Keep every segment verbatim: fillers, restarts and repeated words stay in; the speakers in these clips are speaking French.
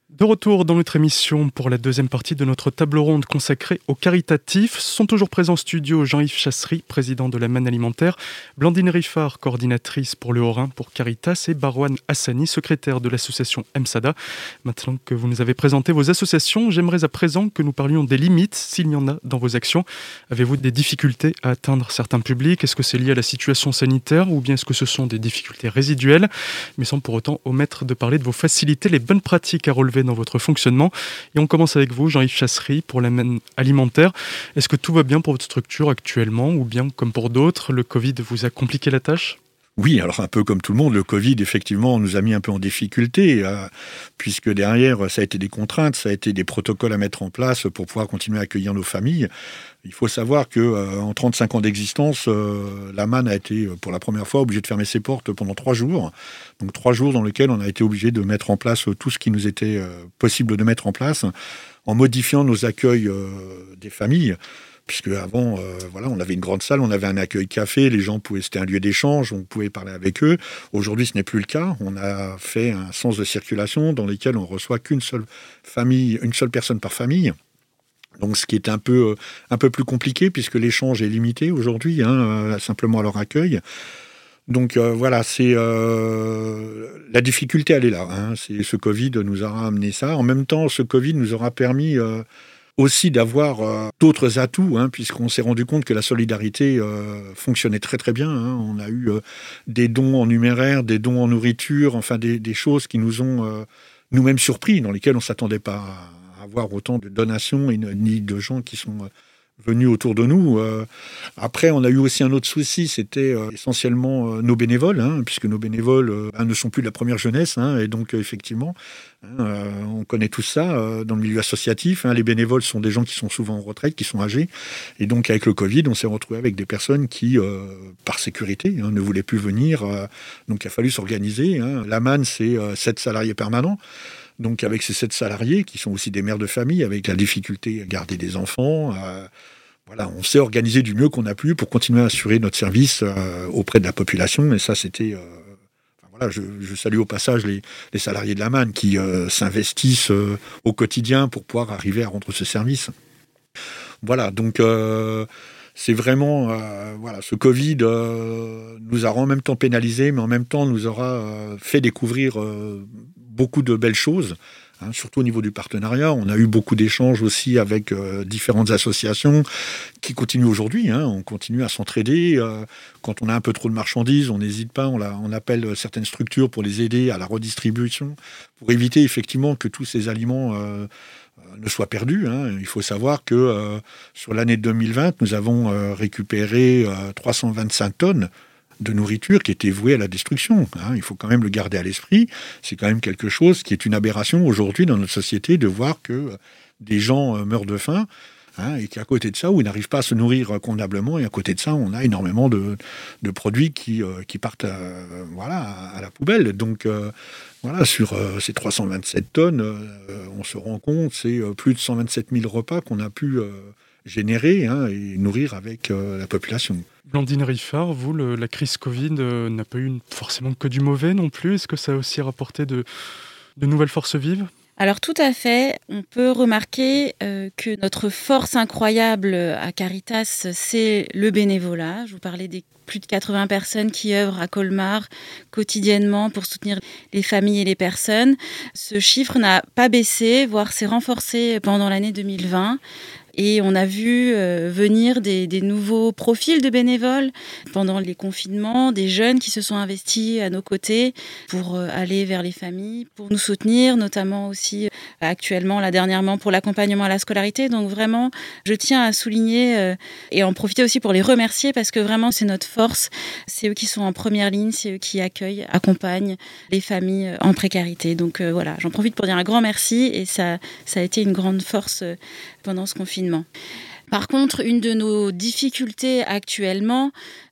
De retour dans notre émission pour la deuxième partie de notre table ronde consacrée au caritatif. Sont toujours présents en studio Jean-Yves Chassery, président de la Manne Alimentaire, Blandine Riffard, coordinatrice pour le Haut-Rhin pour Caritas et Barouane Hassani, secrétaire de l'association EMSADA. Maintenant que vous nous avez présenté vos associations, j'aimerais à présent que nous parlions des limites, s'il y en a dans vos actions. Avez-vous des difficultés à atteindre certains publics ? Est-ce que c'est lié à la situation sanitaire ou bien est-ce que ce sont des difficultés résiduelles ? Mais sans pour autant omettre de parler de vos facilités, les bonnes pratiques à relever dans votre fonctionnement. Et on commence avec vous, Jean-Yves Chassery, pour la Manne Alimentaire. Est-ce que tout va bien pour votre structure actuellement ou bien, comme pour d'autres, le Covid vous a compliqué la tâche ? Oui, alors un peu comme tout le monde, le Covid, effectivement, nous a mis un peu en difficulté, euh, puisque derrière, ça a été des contraintes, ça a été des protocoles à mettre en place pour pouvoir continuer à accueillir nos familles. Il faut savoir qu'en euh, trente-cinq ans d'existence, euh, la Manne a été, pour la première fois, obligée de fermer ses portes pendant trois jours. Donc trois jours dans lesquels on a été obligé de mettre en place tout ce qui nous était euh, possible de mettre en place, en modifiant nos accueils euh, des familles. Puisque avant, euh, voilà, on avait une grande salle, on avait un accueil café, les gens pouvaient, c'était un lieu d'échange, on pouvait parler avec eux. Aujourd'hui, ce n'est plus le cas. On a fait un sens de circulation dans lequel on reçoit qu'une seule famille, une seule personne par famille. Donc, ce qui est un peu, un peu plus compliqué puisque l'échange est limité aujourd'hui, hein, simplement à leur accueil. Donc euh, voilà, c'est euh, la difficulté, elle est là. Hein. C'est, ce Covid nous aura amené ça. En même temps, ce Covid nous aura permis euh, aussi d'avoir euh, d'autres atouts, hein, puisqu'on s'est rendu compte que la solidarité euh, fonctionnait très très bien. Hein. On a eu euh, des dons en numéraire, des dons en nourriture, enfin des, des choses qui nous ont euh, nous-mêmes surpris, dans lesquelles on ne s'attendait pas à avoir autant de donations et ni de gens qui sont euh, venus autour de nous. Euh, après, on a eu aussi un autre souci, c'était euh, essentiellement euh, nos bénévoles, hein, puisque nos bénévoles euh, ne sont plus de la première jeunesse, hein, et donc euh, effectivement, hein, euh, on connaît tout ça euh, dans le milieu associatif. Hein, les bénévoles sont des gens qui sont souvent en retraite, qui sont âgés, et donc avec le Covid, on s'est retrouvé avec des personnes qui, euh, par sécurité, hein, ne voulaient plus venir, euh, donc il a fallu s'organiser. Hein. La Manne, c'est euh, sept salariés permanents. Donc avec ces sept salariés, qui sont aussi des mères de famille, avec la difficulté à garder des enfants, euh, voilà, on s'est organisé du mieux qu'on a pu pour continuer à assurer notre service euh, auprès de la population. Et ça, c'était... Euh, enfin, voilà, je, je salue au passage les, les salariés de la Manne qui euh, s'investissent euh, au quotidien pour pouvoir arriver à rendre ce service. Voilà, donc... Euh, c'est vraiment, euh, voilà, ce Covid euh, nous a en même temps pénalisé, mais en même temps nous aura euh, fait découvrir euh, beaucoup de belles choses, hein, surtout au niveau du partenariat. On a eu beaucoup d'échanges aussi avec euh, différentes associations qui continuent aujourd'hui. Hein, on continue à s'entraider. Euh, quand on a un peu trop de marchandises, on n'hésite pas, on, la, on appelle certaines structures pour les aider à la redistribution, pour éviter effectivement que tous ces aliments... Euh, ne soit perdu. Hein. Il faut savoir que euh, sur l'année deux mille vingt, nous avons euh, récupéré euh, trois cent vingt-cinq tonnes de nourriture qui était vouée à la destruction. Hein. Il faut quand même le garder à l'esprit. C'est quand même quelque chose qui est une aberration aujourd'hui dans notre société de voir que euh, des gens euh, meurent de faim. Hein, et qu'à côté de ça, où ils n'arrivent pas à se nourrir convenablement, et à côté de ça, on a énormément de, de produits qui, euh, qui partent euh, voilà, à, à la poubelle. Donc, euh, voilà, sur euh, ces trois cent vingt-sept tonnes, euh, on se rend compte, c'est euh, plus de cent vingt-sept mille repas qu'on a pu euh, générer, hein, et nourrir avec euh, la population. Blandine Riffard, vous, le, la crise Covid euh, n'a pas eu forcément que du mauvais non plus. Est-ce que ça a aussi rapporté de, de nouvelles forces vives ? Alors tout à fait, on peut remarquer euh, que notre force incroyable à Caritas, c'est le bénévolat. Je vous parlais des plus de quatre-vingts personnes qui œuvrent à Colmar quotidiennement pour soutenir les familles et les personnes. Ce chiffre n'a pas baissé, voire s'est renforcé pendant l'année deux mille vingt. Et on a vu euh, venir des, des nouveaux profils de bénévoles pendant les confinements, des jeunes qui se sont investis à nos côtés pour euh, aller vers les familles, pour nous soutenir, notamment aussi euh, actuellement, là dernièrement, pour l'accompagnement à la scolarité. Donc vraiment, je tiens à souligner euh, et en profiter aussi pour les remercier parce que vraiment, c'est notre force. C'est eux qui sont en première ligne, c'est eux qui accueillent, accompagnent les familles en précarité. Donc euh, voilà, j'en profite pour dire un grand merci et ça, ça a été une grande force euh, pendant ce confinement. Par contre, une de nos difficultés actuellement,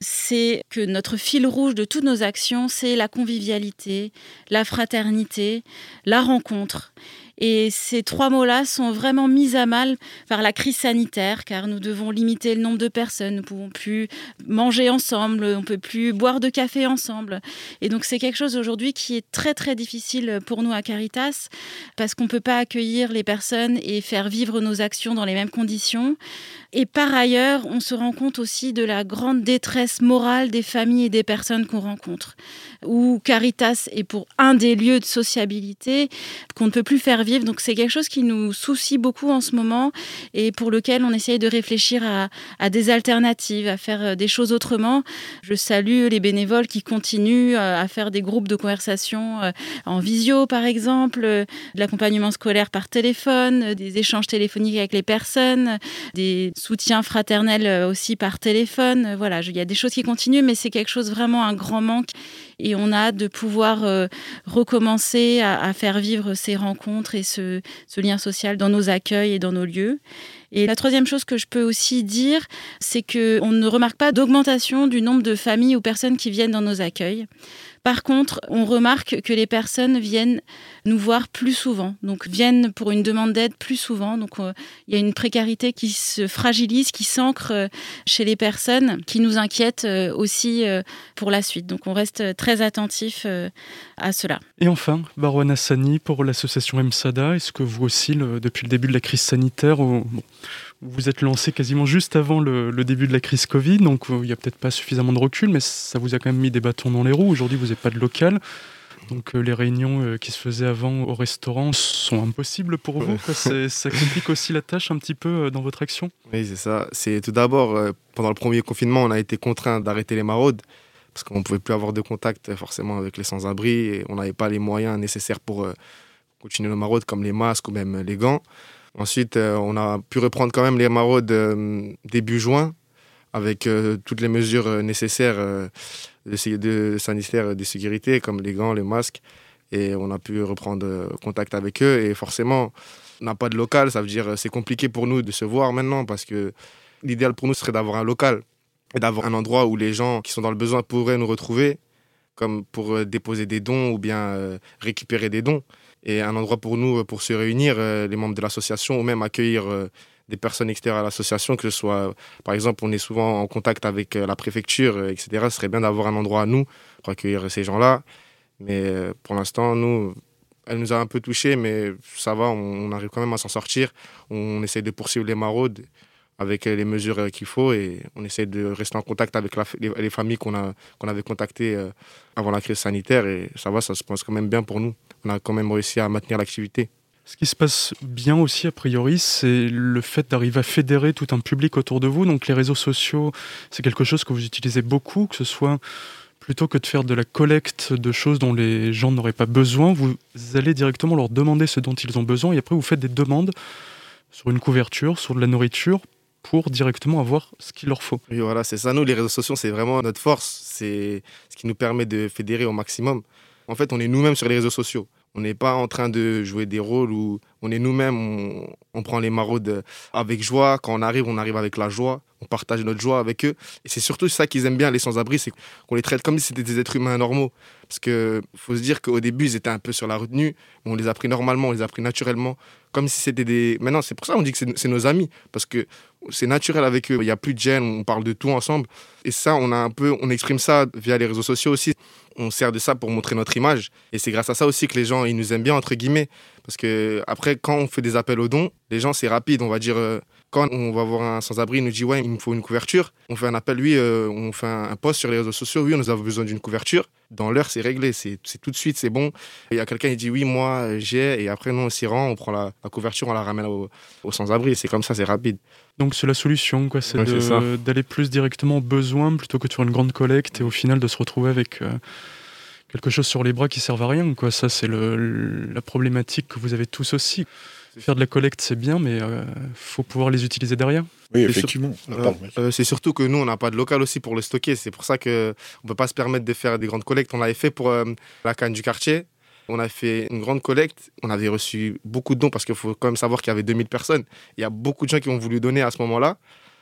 c'est que notre fil rouge de toutes nos actions, c'est la convivialité, la fraternité, la rencontre. Et ces trois mots-là sont vraiment mis à mal par la crise sanitaire, car nous devons limiter le nombre de personnes. Nous ne pouvons plus manger ensemble, on ne peut plus boire de café ensemble. Et donc, c'est quelque chose aujourd'hui qui est très, très difficile pour nous à Caritas, parce qu'on ne peut pas accueillir les personnes et faire vivre nos actions dans les mêmes conditions. Et par ailleurs, on se rend compte aussi de la grande détresse morale des familles et des personnes qu'on rencontre, où Caritas est pour un des lieux de sociabilité qu'on ne peut plus faire vivre. Donc c'est quelque chose qui nous soucie beaucoup en ce moment et pour lequel on essaye de réfléchir à, à des alternatives, à faire des choses autrement. Je salue les bénévoles qui continuent à faire des groupes de conversation en visio, par exemple, de l'accompagnement scolaire par téléphone, des échanges téléphoniques avec les personnes, des soutiens fraternels aussi par téléphone. Voilà, il y a des choses qui continuent, mais c'est quelque chose vraiment un grand manque. Et on a hâte de pouvoir euh, recommencer à, à faire vivre ces rencontres et ce, ce lien social dans nos accueils et dans nos lieux. Et la troisième chose que je peux aussi dire, c'est qu'on ne remarque pas d'augmentation du nombre de familles ou personnes qui viennent dans nos accueils. Par contre, on remarque que les personnes viennent nous voir plus souvent, donc viennent pour une demande d'aide plus souvent. Donc, euh, il y a une précarité qui se fragilise, qui s'ancre euh, chez les personnes, qui nous inquiète euh, aussi euh, pour la suite. Donc, on reste très attentif euh, à cela. Et enfin, Barouane Hassani, pour l'association EMSADA, est-ce que vous aussi, le, depuis le début de la crise sanitaire, vous, bon, vous êtes lancé quasiment juste avant le, le début de la crise Covid, donc il n'y a peut-être pas suffisamment de recul, mais ça vous a quand même mis des bâtons dans les roues. Aujourd'hui, vous n'avez pas de local. Donc euh, les réunions euh, qui se faisaient avant au restaurant sont impossibles pour vous, quoi. C'est, ça complique aussi la tâche un petit peu euh, dans votre action. Oui, c'est ça. C'est tout d'abord, euh, pendant le premier confinement, on a été contraints d'arrêter les maraudes parce qu'on ne pouvait plus avoir de contact forcément avec les sans-abri et on n'avait pas les moyens nécessaires pour euh, continuer nos maraudes comme les masques ou même les gants. Ensuite, euh, on a pu reprendre quand même les maraudes euh, début juin avec euh, toutes les mesures euh, nécessaires euh, de, de sanitaire, de sécurité, comme les gants, les masques. Et on a pu reprendre euh, contact avec eux. Et forcément, on n'a pas de local. Ça veut dire que c'est compliqué pour nous de se voir maintenant parce que l'idéal pour nous serait d'avoir un local et d'avoir un endroit où les gens qui sont dans le besoin pourraient nous retrouver, comme pour euh, déposer des dons ou bien euh, récupérer des dons. Et un endroit pour nous, pour se réunir, euh, les membres de l'association, ou même accueillir euh, des personnes extérieures à l'association, que ce soit, par exemple, on est souvent en contact avec euh, la préfecture, euh, et cetera. Ce serait bien d'avoir un endroit à nous pour accueillir ces gens-là. Mais euh, pour l'instant, nous, elle nous a un peu touchés, mais ça va, on, on arrive quand même à s'en sortir. On essaie de poursuivre les maraudes avec les mesures qu'il faut et on essaie de rester en contact avec la, les, les familles qu'on, a, qu'on avait contactées euh, avant la crise sanitaire et ça va, ça se passe quand même bien pour nous. On a quand même réussi à maintenir l'activité. Ce qui se passe bien aussi, a priori, c'est le fait d'arriver à fédérer tout un public autour de vous. Donc les réseaux sociaux, c'est quelque chose que vous utilisez beaucoup, que ce soit plutôt que de faire de la collecte de choses dont les gens n'auraient pas besoin, vous allez directement leur demander ce dont ils ont besoin et après vous faites des demandes sur une couverture, sur de la nourriture, pour directement avoir ce qu'il leur faut. Oui, voilà, c'est ça. Nous, les réseaux sociaux, c'est vraiment notre force. C'est ce qui nous permet de fédérer au maximum. En fait, on est nous-mêmes sur les réseaux sociaux. On n'est pas en train de jouer des rôles où on est nous-mêmes, on, on prend les maraudes avec joie. Quand on arrive, on arrive avec la joie. On partage notre joie avec eux. Et c'est surtout ça qu'ils aiment bien, les sans-abri, c'est qu'on les traite comme si c'était des êtres humains normaux. Parce qu'il faut se dire qu'au début, ils étaient un peu sur la retenue. Mais on les a pris normalement, on les a pris naturellement. Comme si c'était des... Maintenant, c'est pour ça qu'on dit que c'est, c'est nos amis. Parce que c'est naturel avec eux. Il n'y a plus de gêne, on parle de tout ensemble. Et ça, on a un peu, on exprime ça via les réseaux sociaux aussi. On sert de ça pour montrer notre image. Et c'est grâce à ça aussi que les gens, ils nous aiment bien, entre guillemets. Parce que après, quand on fait des appels aux dons, les gens, c'est rapide. On va dire, euh, quand on va voir un sans-abri, il nous dit, ouais, il me faut une couverture. On fait un appel, oui, euh, on fait un, un post sur les réseaux sociaux. Oui, on nous a besoin d'une couverture. Dans l'heure, c'est réglé. C'est, c'est tout de suite, c'est bon. Il y a quelqu'un qui dit, oui, moi, j'ai. Et après, nous, on s'y rend, on prend la, la couverture, on la ramène au, au sans-abri. Et c'est comme ça, c'est rapide. Donc c'est la solution, quoi. C'est, ouais, de, c'est d'aller plus directement aux besoins plutôt que de faire une grande collecte et au final de se retrouver avec... Euh, quelque chose sur les bras qui ne servent à rien, quoi. Ça, c'est le, la problématique que vous avez tous aussi. Faire de la collecte, c'est bien, mais il euh, faut pouvoir les utiliser derrière. Oui, effectivement. Sur... Euh, euh, c'est surtout que nous, on n'a pas de local aussi pour le stocker. C'est pour ça qu'on ne peut pas se permettre de faire des grandes collectes. On l'avait fait pour euh, la canne du quartier. On a fait une grande collecte. On avait reçu beaucoup de dons parce qu'il faut quand même savoir qu'il y avait deux mille personnes. Il y a beaucoup de gens qui ont voulu donner à ce moment-là.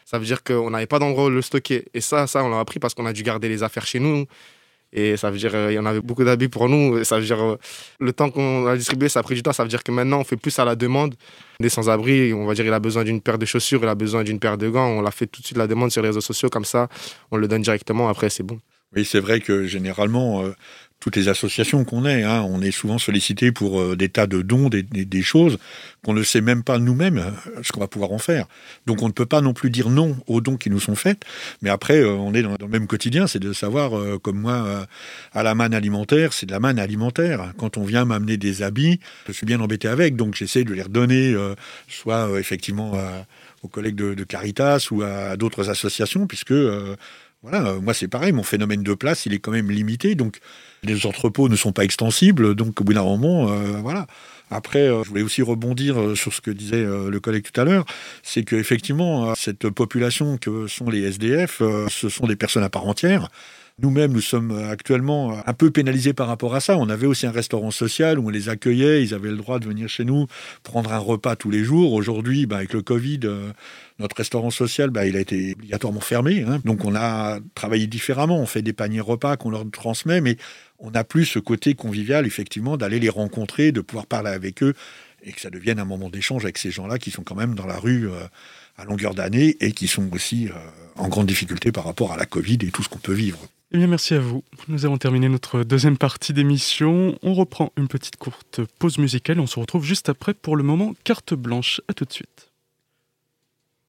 Ça veut dire qu'on n'avait pas d'endroit où le stocker. Et ça, ça, on l'a appris parce qu'on a dû garder les affaires chez nous. Et ça veut dire qu'il y en avait beaucoup d'habits pour nous. Et ça veut dire euh, le temps qu'on a distribué, ça a pris du temps. Ça veut dire que maintenant, on fait plus à la demande. Des sans-abri, on va dire il a besoin d'une paire de chaussures, il a besoin d'une paire de gants. On l'a fait tout de suite la demande sur les réseaux sociaux. Comme ça, on le donne directement. Après, c'est bon. Oui, c'est vrai que généralement, euh, toutes les associations qu'on est, hein, on est souvent sollicité pour euh, des tas de dons, des, des, des choses qu'on ne sait même pas nous-mêmes euh, ce qu'on va pouvoir en faire. Donc on ne peut pas non plus dire non aux dons qui nous sont faits. Mais après, euh, on est dans, dans le même quotidien, c'est de savoir, euh, comme moi, euh, à la manne alimentaire, c'est de la manne alimentaire. Quand on vient m'amener des habits, je suis bien embêté avec, donc j'essaie de les redonner, euh, soit euh, effectivement à, aux collègues de, de Caritas ou à d'autres associations, puisque... Euh, Voilà, euh, moi c'est pareil, mon phénomène de place, il est quand même limité, donc les entrepôts ne sont pas extensibles, donc au bout d'un moment, euh, voilà. Après, euh, je voulais aussi rebondir euh, sur ce que disait euh, le collègue tout à l'heure, c'est qu'effectivement, euh, cette population que sont les S D F, euh, ce sont des personnes à part entière. Nous-mêmes, nous sommes actuellement un peu pénalisés par rapport à ça. On avait aussi un restaurant social où on les accueillait, ils avaient le droit de venir chez nous prendre un repas tous les jours. Aujourd'hui, bah, avec le Covid, euh, notre restaurant social, bah, il a été obligatoirement fermé. Hein. Donc on a travaillé différemment, on fait des paniers repas qu'on leur transmet, mais on n'a plus ce côté convivial, effectivement, d'aller les rencontrer, de pouvoir parler avec eux, et que ça devienne un moment d'échange avec ces gens-là qui sont quand même dans la rue euh, à longueur d'année et qui sont aussi euh, en grande difficulté par rapport à la Covid et tout ce qu'on peut vivre. Eh bien, merci à vous. Nous avons terminé notre deuxième partie d'émission. On reprend une petite courte pause musicale et on se retrouve juste après pour le moment carte blanche. À tout de suite.